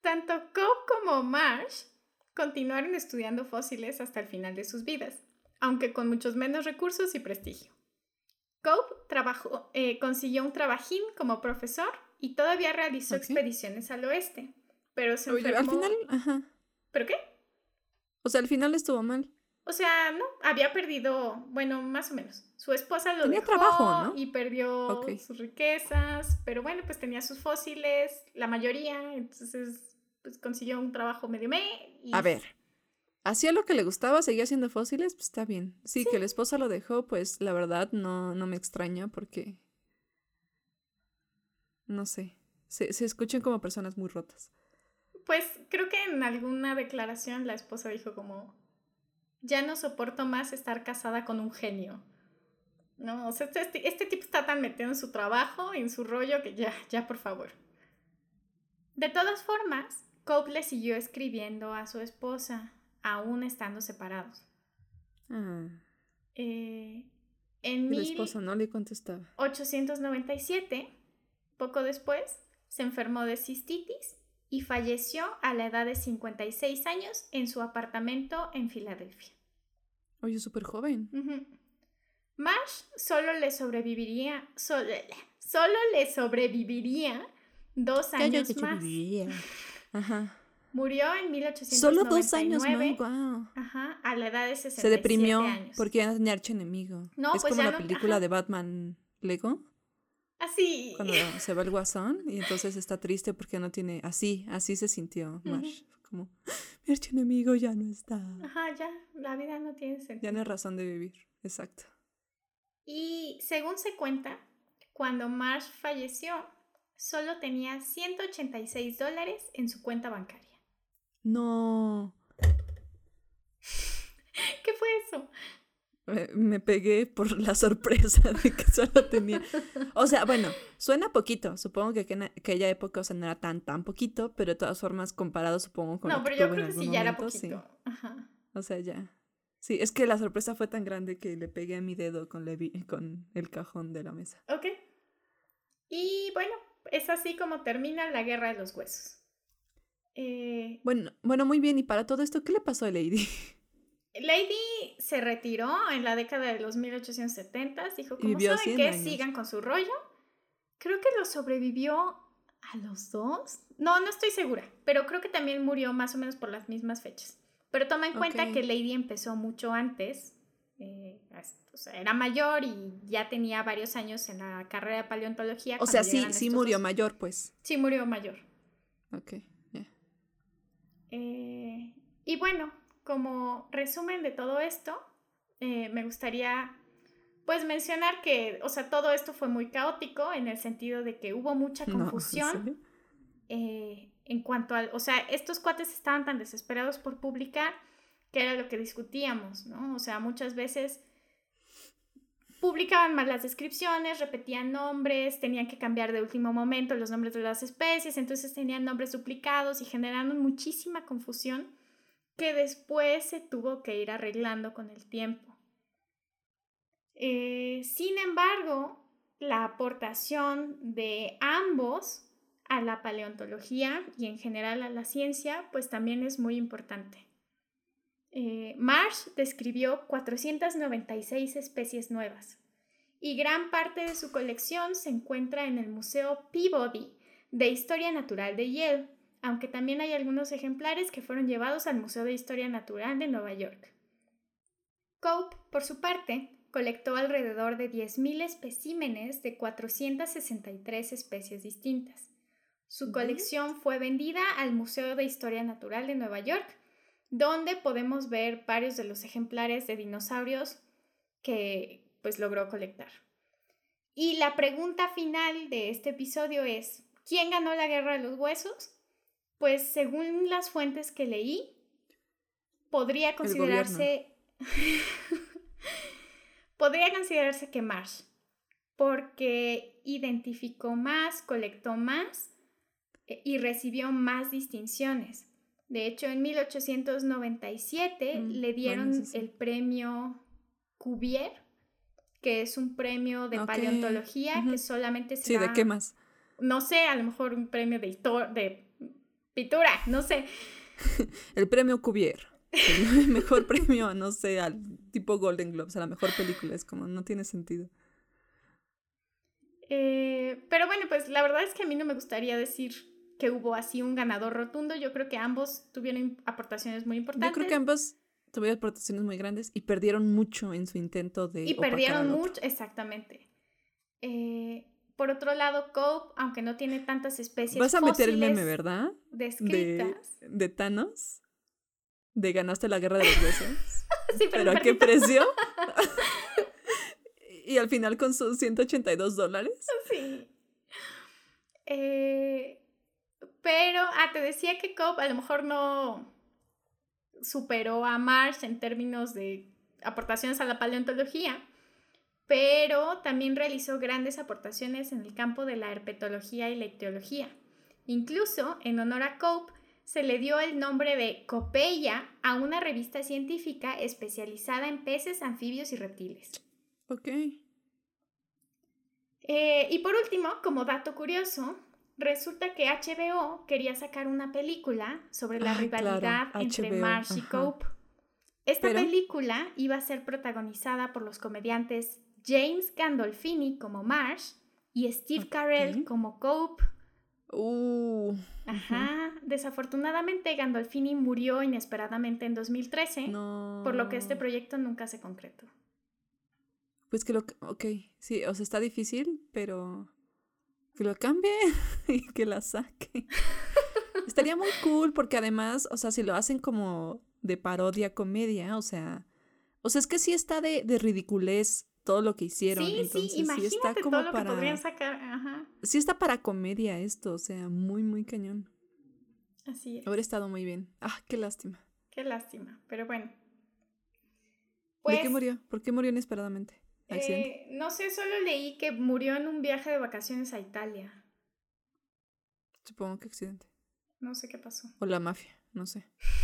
Tanto Cope como Marsh continuaron estudiando fósiles hasta el final de sus vidas, aunque con muchos menos recursos y prestigio. Cope trabajó, eh, consiguió un trabajín como profesor y todavía realizó Ok. expediciones al oeste, pero se Oye, enfermó... al final, ajá. ¿Pero qué? O sea, al final estuvo mal. O sea, no, había perdido, bueno, más o menos. Su esposa lo Tenía dejó trabajo, ¿no? y perdió Ok. sus riquezas, pero bueno, pues tenía sus fósiles, la mayoría, entonces pues consiguió un trabajo medio me y... A ver, hacía lo que le gustaba, seguía haciendo fósiles, pues está bien. Sí, Sí, que la esposa lo dejó, pues la verdad no, no me extraña porque, no sé, se, se escuchan como personas muy rotas. pues creo que en alguna declaración la esposa dijo como, ya no soporto más estar casada con un genio. No, o sea, este, este, este tipo está tan metido en su trabajo, en su rollo, que ya, ya por favor. De todas formas, Cope le siguió escribiendo a su esposa, aún estando separados. Ah, Eh, en y la esposa no le contestaba. mil ochocientos noventa y siete, poco después, se enfermó de cistitis y falleció a la edad de cincuenta y seis años en su apartamento en Filadelfia. Oye, súper joven. Uh-huh. Marsh solo le sobreviviría, solo, solo le sobreviviría dos años más. Ajá. Murió en mil ochocientos Solo noventa y nueve. dos años más, wow. Ajá, a la edad de sesenta y siete Se deprimió años. porque ya no tenía archienemigo. No, es pues como ya la no, película ajá. de Batman Lego, Así. cuando se va el guasón y entonces está triste porque no tiene... Así, así se sintió Marsh. Uh-huh. Como, mi archienemigo ya no está. Ajá, ya, la vida no tiene sentido. Ya no hay razón de vivir, exacto. Y según se cuenta, cuando Marsh falleció, solo tenía ciento ochenta y seis dólares en su cuenta bancaria. No. ¿Qué fue eso? Me, me pegué por la sorpresa de que solo tenía... O sea, bueno, suena poquito. Supongo que en aquella época, o sea, no era tan, tan poquito, pero de todas formas, comparado, supongo, con No, lo que pero yo tuve en creo que algún sí, ya era momento, sí. poquito. Ajá. O sea, ya. Sí, es que la sorpresa fue tan grande que le pegué a mi dedo con, Levi, con el cajón de la mesa. Ok. Y bueno, es así como termina la Guerra de los Huesos. Eh, Bueno, bueno, muy bien. ¿Y para todo esto qué le pasó a Lady? Lady se retiró en la década de los mil ochocientos setenta. Dijo, Y como vivió saben cien que años. sigan con su rollo. Creo que lo sobrevivió a los dos. No, no estoy segura, pero creo que también murió más o menos por las mismas fechas. Pero toma en cuenta Ok. que Lady empezó mucho antes. Eh, o sea, era mayor y ya tenía varios años en la carrera de paleontología. O cuando sea, sí, llegaron sí estos murió dos. mayor, pues. Sí, murió mayor. Ok, ya. Yeah. Eh, y bueno, como resumen de todo esto, eh, me gustaría pues mencionar que, o sea, todo esto fue muy caótico en el sentido de que hubo mucha confusión. No, ¿en serio? Eh, en cuanto al, o sea, estos cuates estaban tan desesperados por publicar que era lo que discutíamos, ¿no? O sea, muchas veces publicaban mal las descripciones, repetían nombres, tenían que cambiar de último momento los nombres de las especies, entonces tenían nombres duplicados y generaron muchísima confusión que después se tuvo que ir arreglando con el tiempo. Eh, sin embargo, la aportación de ambos a la paleontología y en general a la ciencia, pues también es muy importante. Eh, Marsh describió cuatrocientas noventa y seis especies nuevas y gran parte de su colección se encuentra en el Museo Peabody de Historia Natural de Yale, aunque también hay algunos ejemplares que fueron llevados al Museo de Historia Natural de Nueva York. Cope, por su parte, colectó alrededor de diez mil especímenes de cuatrocientas sesenta y tres especies distintas. Su colección fue vendida al Museo de Historia Natural de Nueva York, donde podemos ver varios de los ejemplares de dinosaurios que pues logró colectar. Y la pregunta final de este episodio es, ¿quién ganó la Guerra de los Huesos? Pues según las fuentes que leí, podría considerarse podría considerarse que Marsh, porque identificó más, colectó más y recibió más distinciones. De hecho, en mil ochocientos noventa y siete mm, le dieron bueno, sí, sí. el premio Cuvier, que es un premio de okay. paleontología uh-huh. que solamente se sí, da... ¿de qué más? No sé, a lo mejor un premio de historia, de pintura, no sé. El premio Cuvier. El mejor premio, no sé, al tipo Golden Globes, a la mejor película. Es como, no tiene sentido. Eh, pero bueno, pues la verdad es que a mí no me gustaría decir que hubo así un ganador rotundo. Yo creo que ambos tuvieron aportaciones muy importantes. Yo creo que ambos tuvieron aportaciones muy grandes y perdieron mucho en su intento de y opacar perdieron al otro. mucho, exactamente. Eh, por otro lado, Cope, aunque no tiene tantas especies Vas a meter el fósiles meme, ¿verdad? descritas. De, de Thanos. De ganaste la guerra de los huesos. Sí, pero, ¿Pero a qué precio? Y al final con sus ciento ochenta y dos dólares. Sí. Eh, pero, ah, te decía que Cope a lo mejor no superó a Marsh en términos de aportaciones a la paleontología, pero también realizó grandes aportaciones en el campo de la herpetología y la ictiología. Incluso, en honor a Cope, se le dio el nombre de Copeia a una revista científica especializada en peces, anfibios y reptiles. Ok. Eh, y por último, como dato curioso, resulta que H B O quería sacar una película sobre la Ah, rivalidad claro, entre H B O, Marsh y ajá. Cope. Esta Pero- película iba a ser protagonizada por los comediantes James Gandolfini como Marsh y Steve Ok. Carell como Cope. Uh, Ajá. Desafortunadamente, Gandolfini murió inesperadamente en dos mil trece, no. por lo que este proyecto nunca se concretó. Pues que lo... Ok, sí, o sea, está difícil, pero... Que lo cambie y que la saque. Estaría muy cool porque además, o sea, si lo hacen como de parodia, comedia, o sea... O sea, es que sí está de, de ridiculez todo lo que hicieron. Sí, Entonces, sí, imagínate sí está como todo lo para... que podrían sacar. Ajá. Sí está para comedia esto, o sea, muy, muy cañón. Así es. Habría estado muy bien. Ah, qué lástima. Qué lástima, pero bueno. Pues, ¿de qué Pues, murió? ¿Por qué murió inesperadamente? ¿Accidente? Eh, no sé, solo leí que murió en un viaje de vacaciones a Italia. Supongo que accidente. No sé qué pasó. O la mafia, no sé.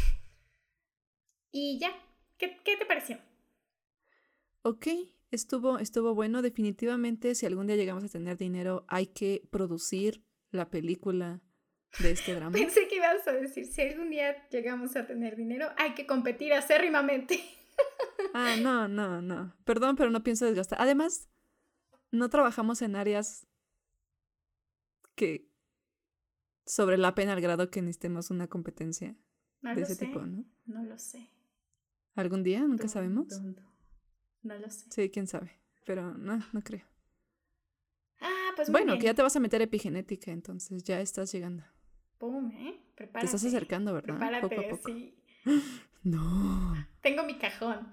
Y ya, ¿qué, qué te pareció? Ok, estuvo, estuvo bueno. Definitivamente, si algún día llegamos a tener dinero, hay que producir la película de este drama. Pensé que ibas a decir, si algún día llegamos a tener dinero, hay que competir acérrimamente. Ah, no, no, no. Perdón, pero no pienso desgastar. Además, no trabajamos en áreas que sobre la pena al grado que necesitemos una competencia No de lo ese sé, tipo, ¿no? no lo sé. ¿Algún día? Nunca Dun, sabemos. dun, dun. No lo sé. Sí, quién sabe. Pero no, no creo. Ah, pues muy Bueno, bien. que ya te vas a meter epigenética, entonces ya estás llegando. Pum, ¿eh? Prepárate. Te estás acercando, ¿verdad? Prepárate, Poco a poco. sí. No. Tengo mi cajón.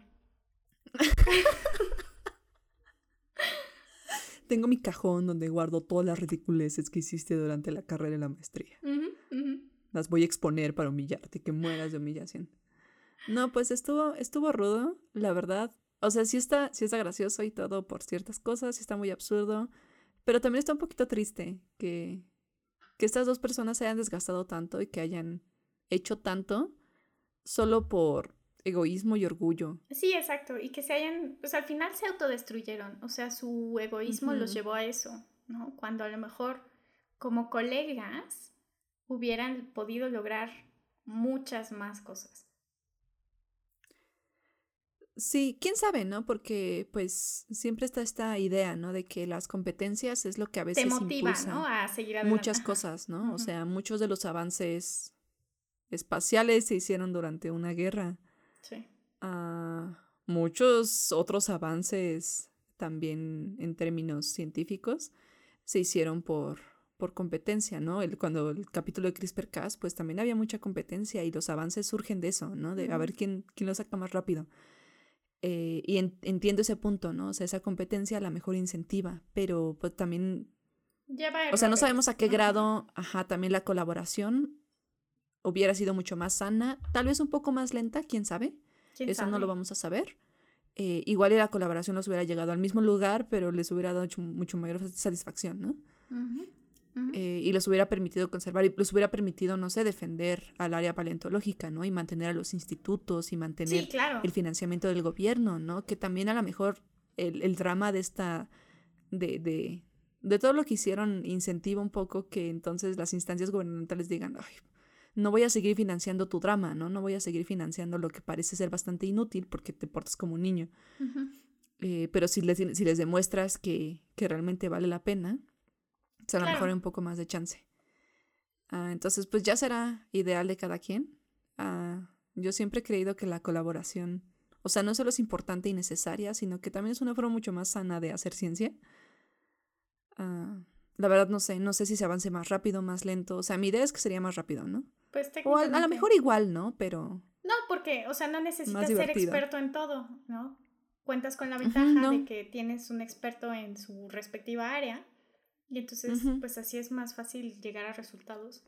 Tengo mi cajón donde guardo todas las ridiculeces que hiciste durante la carrera y la maestría. Uh-huh, uh-huh. Las voy a exponer para humillarte, que mueras de humillación. No, pues estuvo, estuvo rudo, la verdad. O sea, sí está, sí está gracioso y todo por ciertas cosas, sí está muy absurdo. Pero también está un poquito triste que, que estas dos personas se hayan desgastado tanto y que hayan hecho tanto solo por egoísmo y orgullo. Sí, exacto. Y que se hayan, pues al final se autodestruyeron. O sea, su egoísmo Ujú. los llevó a eso, ¿no? Cuando a lo mejor como colegas hubieran podido lograr muchas más cosas. Sí, quién sabe, ¿no? Porque pues siempre está esta idea, ¿no? De que las competencias es lo que a veces Te motiva, impulsa ¿no? A seguir adelante. muchas Ajá. cosas, ¿no? Ujú. O sea, muchos de los avances espaciales se hicieron durante una guerra. Sí. Ah, muchos otros avances también en términos científicos se hicieron por, por competencia, ¿no? El, cuando el capítulo de CRISPR-Cas, pues también había mucha competencia y los avances surgen de eso, ¿no? De a ver Ujú. quién, quién lo saca más rápido. Eh, y en- entiendo ese punto, ¿no? O sea, esa competencia a la mejor incentiva, pero pues también, Lleva o sea, no errores. sabemos a qué Ajá. grado, ajá, también la colaboración hubiera sido mucho más sana, tal vez un poco más lenta, quién sabe, ¿Quién eso sabe? no lo vamos a saber. Eh, igual y la colaboración los hubiera llegado al mismo lugar, pero les hubiera dado mucho, mucho mayor satisfacción, ¿no? Ujú, ujú. Eh, y les hubiera permitido conservar, y les hubiera permitido, no sé, defender al área paleontológica, ¿no? Y mantener a los institutos y mantener Sí, claro. el financiamiento del gobierno, ¿no? Que también a lo mejor el, el drama de esta, de, de, de todo lo que hicieron incentiva un poco que entonces las instancias gubernamentales digan, ay, no voy a seguir financiando tu drama, ¿no? No voy a seguir financiando lo que parece ser bastante inútil porque te portas como un niño. Ujú. Eh, pero si les, si les demuestras que, que realmente vale la pena, pues a lo Claro. mejor hay un poco más de chance. Ah, entonces, pues ya será ideal de cada quien. Ah, yo siempre he creído que la colaboración, o sea, no solo es importante y necesaria, sino que también es una forma mucho más sana de hacer ciencia. Ah, la verdad no sé, no sé si se avance más rápido, más lento. O sea, mi idea es que sería más rápido, ¿no? Pues O a, a lo técnicamente. mejor igual, ¿no? Pero No, porque, o sea, no necesitas más ser divertido. experto en todo, ¿no? Cuentas con la Ujú, ventaja no. de que tienes un experto en su respectiva área y entonces, Ujú. pues así es más fácil llegar a resultados.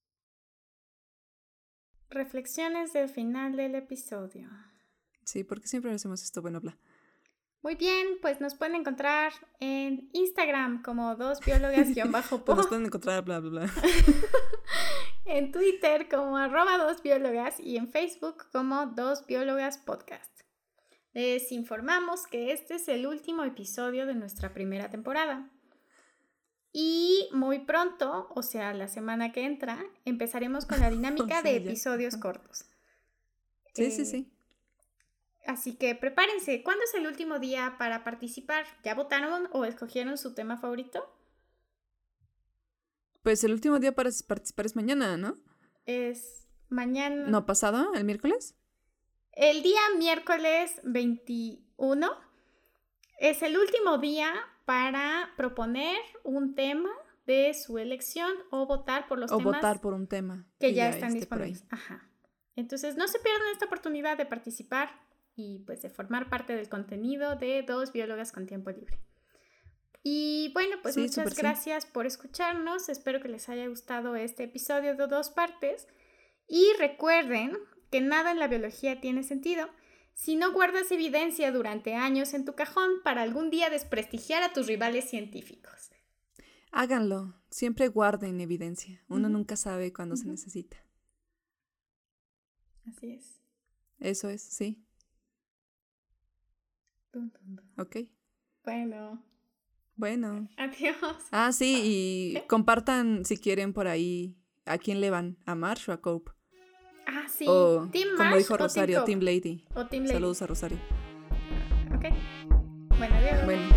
Reflexiones del final del episodio. Sí, porque siempre hacemos esto, bueno, bla. Muy bien, pues nos pueden encontrar en Instagram como dos biólogas guión bajo Pues nos po, pueden encontrar, bla, bla, bla. en Twitter como arroba dos biólogas y en Facebook como dos biólogas podcast. Les informamos que este es el último episodio de nuestra primera temporada. Y muy pronto, o sea, la semana que entra, empezaremos con la dinámica O sea, de ya. episodios Ajá. cortos. Sí, Eh, sí, sí. Así que prepárense. ¿Cuándo es el último día para participar? ¿Ya votaron o escogieron su tema favorito? Pues el último día para participar es mañana, ¿no? Es mañana. ¿No pasado? ¿El miércoles? El día miércoles veintiuno es el último día para proponer un tema de su elección o votar por los O temas votar por un tema que ya, ya están esté por ahí. disponibles. Ajá. Entonces no se pierdan esta oportunidad de participar y pues de formar parte del contenido de Dos Biólogas con Tiempo Libre. Y bueno, pues Sí, muchas súper sí. gracias por escucharnos. Espero que les haya gustado este episodio de dos partes. Y recuerden que nada en la biología tiene sentido si no guardas evidencia durante años en tu cajón para algún día desprestigiar a tus rivales científicos. Háganlo. Siempre guarden evidencia. Uno Ujú. nunca sabe cuándo se Ujú. necesita. Así es. Eso es, sí. Dun, dun, dun. Ok. Bueno, Bueno. adiós. Ah, sí, y ¿Qué? compartan si quieren por ahí a quién le van, a Marsh o a Cope. Ah, sí. O, ¿Team como Marsh dijo o Team Rosario, Cope? Team Lady. O Team Lady. Saludos a Rosario. Ok. Bueno, adiós. Bueno.